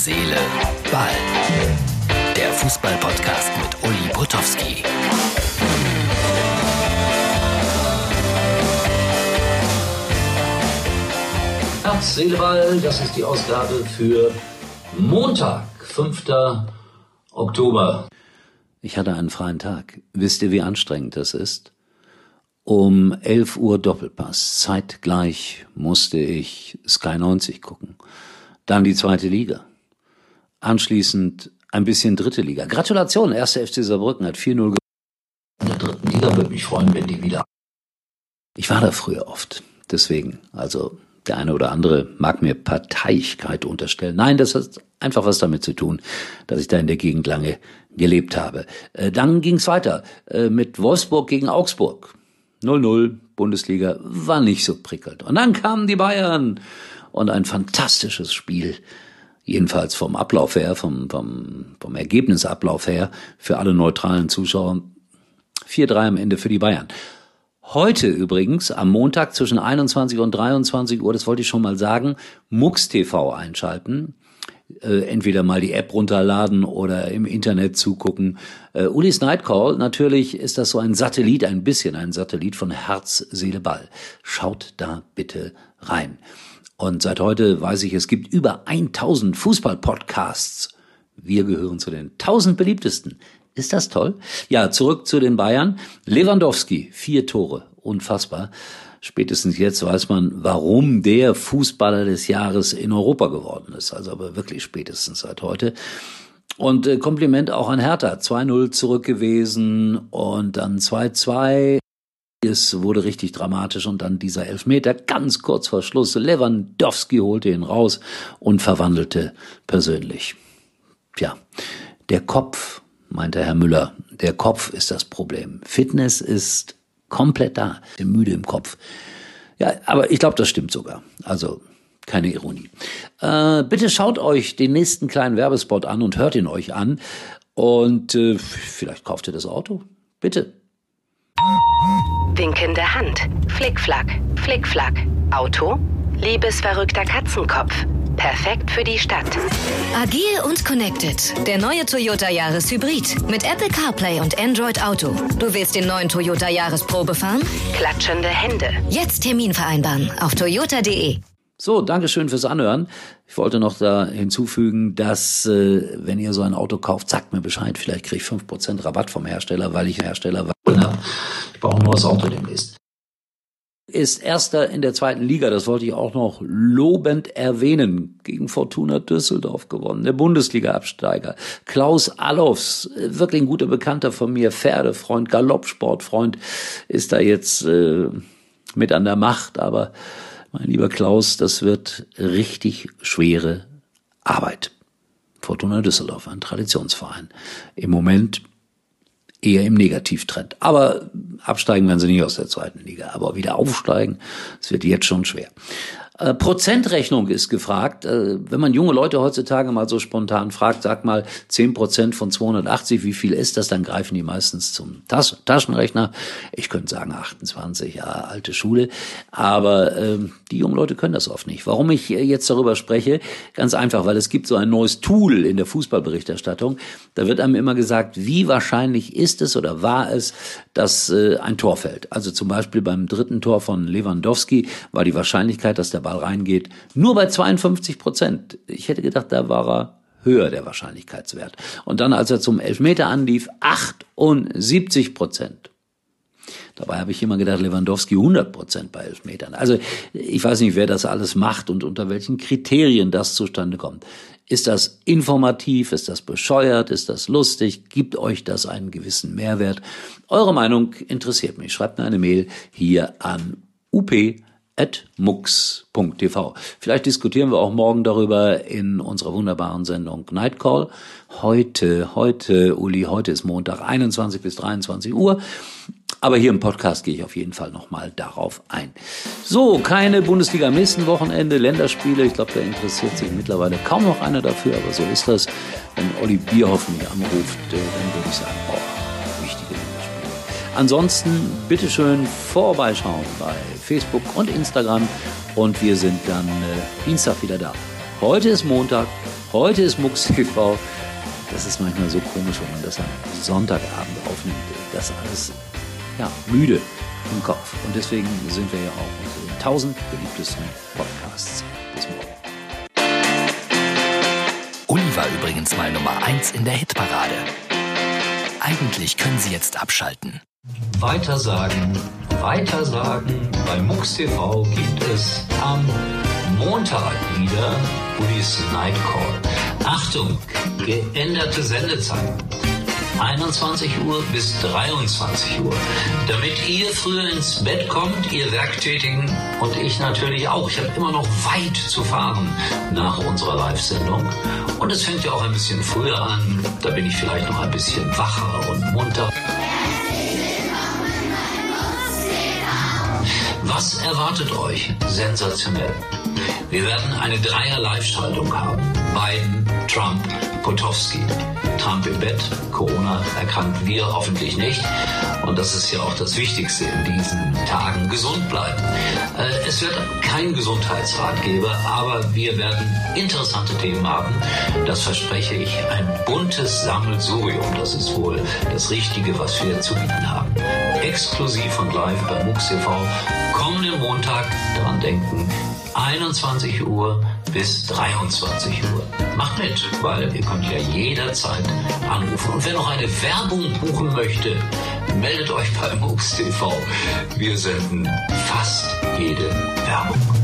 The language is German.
Seele, Ball. Der Fußball-Podcast mit Uli Potowski. Herz, Seele, Ball, das ist die Ausgabe für Montag, 5. Oktober. Ich hatte einen freien Tag. Wisst ihr, wie anstrengend das ist? Um 11 Uhr Doppelpass. Zeitgleich musste ich Sky 90 gucken. Dann die zweite Liga. Anschließend ein bisschen dritte Liga. Gratulation, 1. FC Saarbrücken hat 4-0 gewonnen. In der dritten Liga würde mich freuen, wenn die wieder... Ich war da früher oft. Deswegen, also der eine oder andere mag mir Parteiigkeit unterstellen. Nein, das hat einfach was damit zu tun, dass ich da in der Gegend lange gelebt habe. Dann ging es weiter mit Wolfsburg gegen Augsburg. 0-0, Bundesliga, war nicht so prickelnd. Und dann kamen die Bayern und ein fantastisches Spiel, jedenfalls vom Ablauf her, vom Ergebnisablauf her, für alle neutralen Zuschauer. 4-3 am Ende für die Bayern. Heute übrigens, am Montag zwischen 21 und 23 Uhr, das wollte ich schon mal sagen, MUX TV einschalten. Entweder mal die App runterladen oder im Internet zugucken. Ulis Nightcall, natürlich ist das so ein Satellit, ein bisschen ein Satellit von Herz, Seele, Ball. Schaut da bitte rein. Und seit heute weiß ich, es gibt über 1000 Fußball-Podcasts. Wir gehören zu den 1000 beliebtesten. Ist das toll? Ja, zurück zu den Bayern. Lewandowski, 4 Tore, unfassbar. Spätestens jetzt weiß man, warum der Fußballer des Jahres in Europa geworden ist. Also aber wirklich spätestens seit heute. Und Kompliment auch an Hertha. 2-0 zurück gewesen und dann 2-2. Es wurde richtig dramatisch und dann dieser Elfmeter ganz kurz vor Schluss. Lewandowski holte ihn raus und verwandelte persönlich. Tja, der Kopf, meinte Herr Müller, der Kopf ist das Problem. Fitness ist komplett da, müde im Kopf. Ja, aber ich glaube, das stimmt sogar. Also keine Ironie. Bitte schaut euch den nächsten kleinen Werbespot an und hört ihn euch an. Und vielleicht kauft ihr das Auto. Bitte. Winkende Hand. Flickflack, Flickflack. Auto? Liebesverrückter Katzenkopf. Perfekt für die Stadt. Agil und connected. Der neue Toyota Yaris Hybrid. Mit Apple CarPlay und Android Auto. Du willst den neuen Toyota Yaris Probe fahren? Klatschende Hände. Jetzt Termin vereinbaren auf toyota.de. So, Dankeschön fürs Anhören. Ich wollte noch da hinzufügen, dass, wenn ihr so ein Auto kauft, sagt mir Bescheid. Vielleicht kriege ich 5% Rabatt vom Hersteller, weil ich Hersteller war. Ich brauche ein neues Auto demnächst. Ist Erster in der zweiten Liga, das wollte ich auch noch lobend erwähnen, gegen Fortuna Düsseldorf gewonnen, der Bundesliga-Absteiger. Klaus Allofs, wirklich ein guter Bekannter von mir, Pferdefreund, Galoppsportfreund, ist da jetzt mit an der Macht, aber mein lieber Klaus, das wird richtig schwere Arbeit. Fortuna Düsseldorf, ein Traditionsverein. Im Moment eher im Negativtrend. Aber absteigen werden sie nicht aus der zweiten Liga. Aber wieder aufsteigen, es wird jetzt schon schwer. Prozentrechnung ist gefragt. Wenn man junge Leute heutzutage mal so spontan fragt, sag mal 10% von 280, wie viel ist das? Dann greifen die meistens zum Taschenrechner. Ich könnte sagen 28, ja, alte Schule. Aber die jungen Leute können das oft nicht. Warum ich jetzt darüber spreche? Ganz einfach, weil es gibt so ein neues Tool in der Fußballberichterstattung. Da wird einem immer gesagt, wie wahrscheinlich ist es oder war es, dass ein Tor fällt. Also zum Beispiel beim dritten Tor von Lewandowski war die Wahrscheinlichkeit, dass der Ball reingeht, nur bei 52%. Ich hätte gedacht, da war er höher, der Wahrscheinlichkeitswert. Und dann, als er zum Elfmeter anlief, 78%. Dabei habe ich immer gedacht, Lewandowski 100% bei Elfmetern. Also ich weiß nicht, wer das alles macht und unter welchen Kriterien das zustande kommt. Ist das informativ? Ist das bescheuert? Ist das lustig? Gibt euch das einen gewissen Mehrwert? Eure Meinung interessiert mich. Schreibt mir eine Mail hier an up@mux.tv. Vielleicht diskutieren wir auch morgen darüber in unserer wunderbaren Sendung Nightcall. Heute, Uli, heute ist Montag, 21 bis 23 Uhr. Aber hier im Podcast gehe ich auf jeden Fall nochmal darauf ein. So, keine Bundesliga am nächsten Wochenende, Länderspiele. Ich glaube, da interessiert sich mittlerweile kaum noch einer dafür, aber so ist das. Wenn Olli Bierhoff mich anruft, dann würde ich sagen, wichtige Länderspiele. Ansonsten bitteschön vorbeischauen bei Facebook und Instagram und wir sind dann Dienstag wieder da. Heute ist Montag. Heute ist MUX TV. Das ist manchmal so komisch, wenn man das am Sonntagabend aufnimmt. Das ist alles müde im Kopf. Und deswegen sind wir ja auch unsere 1000 beliebtesten Podcasts. Bis morgen. Uli war übrigens mal Nummer 1 in der Hitparade. Eigentlich können Sie jetzt abschalten. Weitersagen. Bei MUX TV gibt es am Montag wieder Ulis Night Call. Achtung, geänderte Sendezeiten. 21 Uhr bis 23 Uhr. Damit ihr früher ins Bett kommt, ihr Werktätigen und ich natürlich auch. Ich habe immer noch weit zu fahren nach unserer Live-Sendung. Und es fängt ja auch ein bisschen früher an. Da bin ich vielleicht noch ein bisschen wacher und munter. Was erwartet euch? Sensationell. Wir werden eine Dreier-Live-Schaltung haben. Biden, Trump, Potofsky. Trump im Bett, Corona erkrankt, wir hoffentlich nicht. Und das ist ja auch das Wichtigste in diesen Tagen, gesund bleiben. Es wird kein Gesundheitsratgeber, aber wir werden interessante Themen haben. Das verspreche ich, ein buntes Sammelsurium. Das ist wohl das Richtige, was wir zu bieten haben. Exklusiv und live bei MUX TV. Kommenden Montag, daran denken, 21 Uhr bis 23 Uhr. Macht mit, weil ihr könnt ja jederzeit anrufen. Und wer noch eine Werbung buchen möchte, meldet euch bei MUX TV. Wir senden fast jede Werbung.